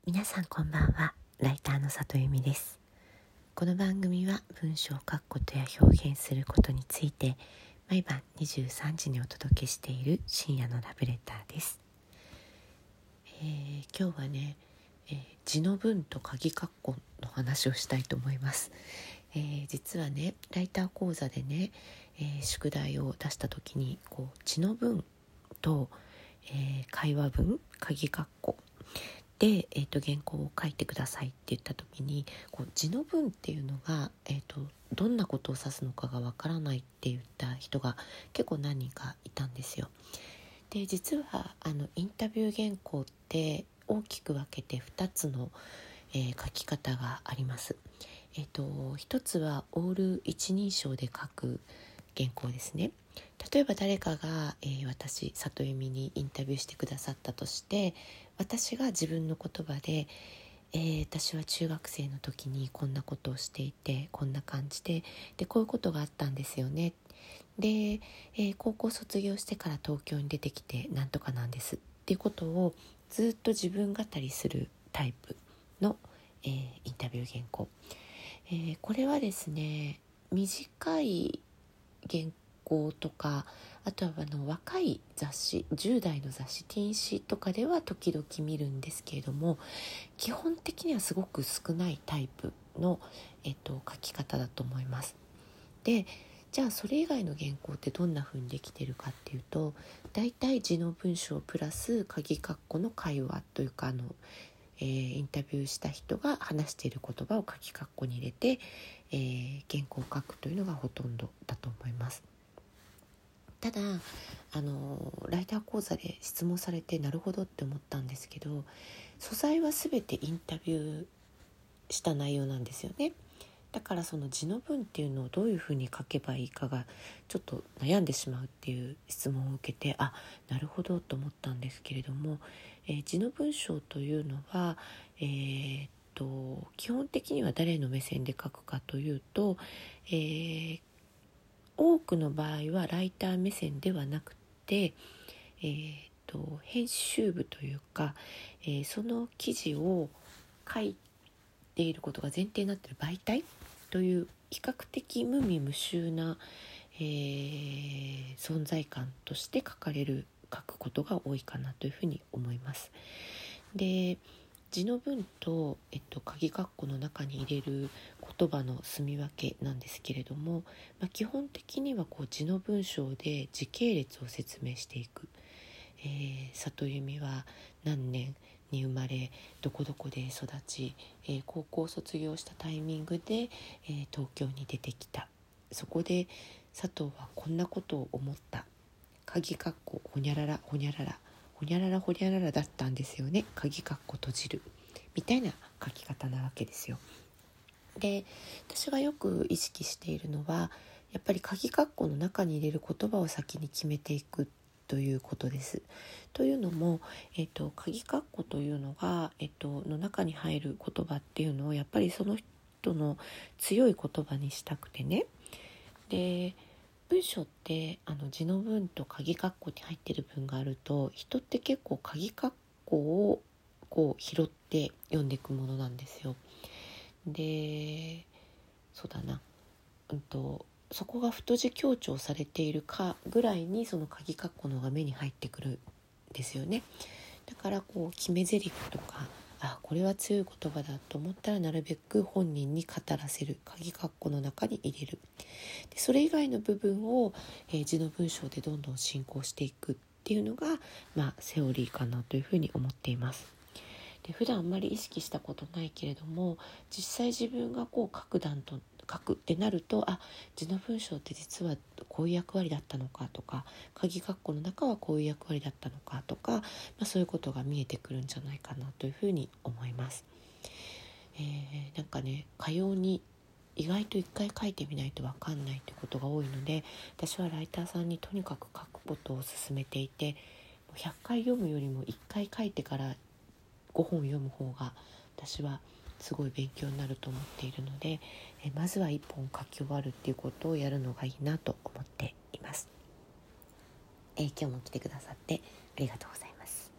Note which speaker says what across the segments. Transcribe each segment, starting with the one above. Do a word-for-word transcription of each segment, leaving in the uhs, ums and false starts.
Speaker 1: 皆さんこんばんは。ライターの里由美です。この番組は文章を書くことや表現することについて毎晩にじゅうさんじにお届けしている深夜のラブレターです。えー、今日はね、えー、字の文と鍵括弧の話をしたいと思います。えー、実はねライター講座でね、えー、宿題を出した時にこう字の文と、えー、会話文鍵括弧で、えー、と原稿を書いてくださいって言った時にこう字の文っていうのが、えー、とどんなことを指すのかがわからないって言った人が結構何人かいたんですよ。で実はあのインタビュー原稿って大きく分けてふたつの、えー書き方があります。えー、とひとつはオール一人称で書く原稿ですね。例えば誰かが、えー、私里由美にインタビューしてくださったとして、私が自分の言葉で、えー、私は中学生の時にこんなことをしていてこんな感じででこういうことがあったんですよね。で、えー、高校卒業してから東京に出てきてなんとかなんですっていうことをずっと自分語りするタイプの、えー、インタビュー原稿、えー、これはですね短い原稿とかあとはあの若い雑誌じゅう代の雑誌ティーン誌とかでは時々見るんですけれども、基本的にはすごく少ないタイプの、えっと、書き方だと思います。でじゃあそれ以外の原稿ってどんな風にできてるかっていうと、だいたい字の文章プラス鍵括弧の会話というかあの、えー、インタビューした人が話している言葉を鍵括弧に入れて、えー、原稿を書くというのがほとんどだと思います。ただあのライター講座で質問されてなるほどって思ったんですけど、素材は全てインタビューした内容なんですよね。だからその字の文っていうのをどういうふうに書けばいいかがちょっと悩んでしまうっていう質問を受けて、あ、なるほどと思ったんですけれども、えー、字の文章というのは、えー、っと基本的には誰の目線で書くかというと、えー、多くの場合はライター目線ではなくて、えー、と編集部というか、えー、その記事を書いていることが前提になっている媒体という比較的無味無臭な、えー、存在感として書かれる書くことが多いかなというふうに思います。で字の文と、えっと、鍵括弧の中に入れる言葉の住み分けなんですけれども、まあ、基本的にはこう字の文章で時系列を説明していく。えー、里由美は何年に生まれどこどこで育ち、えー、高校卒業したタイミングで、えー、東京に出てきた。そこで佐藤はこんなことを思った。鍵括弧ほにゃららほにゃららほにゃららほにゃららだったんですよね。鍵括弧閉じるみたいな書き方なわけですよ。で私がよく意識しているのはやっぱり鍵括弧の中に入れる言葉を先に決めていくということです。というのも、えっと、鍵括弧というのが、えっと、の中に入る言葉っていうのをやっぱりその人の強い言葉にしたくてね。で文章ってあの字の文と鍵括弧に入ってる文があると、人って結構鍵括弧をこう拾って読んでいくものなんですよ。でそうだな、うんとそこが太字強調されているかぐらいにその鍵括弧のが目に入ってくるんですよね。だからこう決め台詞とか、あ、これは強い言葉だと思ったらなるべく本人に語らせる、鍵括弧の中に入れる。でそれ以外の部分を、えー、字の文章でどんどん進行していくっていうのが、まあ、セオリーかなというふうに思っています。で普段あんまり意識したことないけれども、実際自分がこう書く段と書くってなると、あ、字の文章って実はこういう役割だったのかとか、鍵括弧の中はこういう役割だったのかとか、まあ、そういうことが見えてくるんじゃないかなというふうに思います。えー、なんかねかように意外と一回書いてみないと分かんないってことが多いので、私はライターさんにとにかく書くことを勧めていて、ひゃっかい読むよりもいっかい書いてからごほん読む方が私はすごい勉強になると思っているので、えまずはいっぽん書き終わるっていうことをやるのがいいなと思っています。え今日も来てくださってありがとうございます。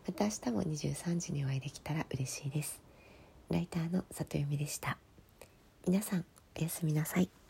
Speaker 1: また明日もにじゅうさんじにお会いできたら嬉しいです。ライターの里由美でした。皆さんおやすみなさい。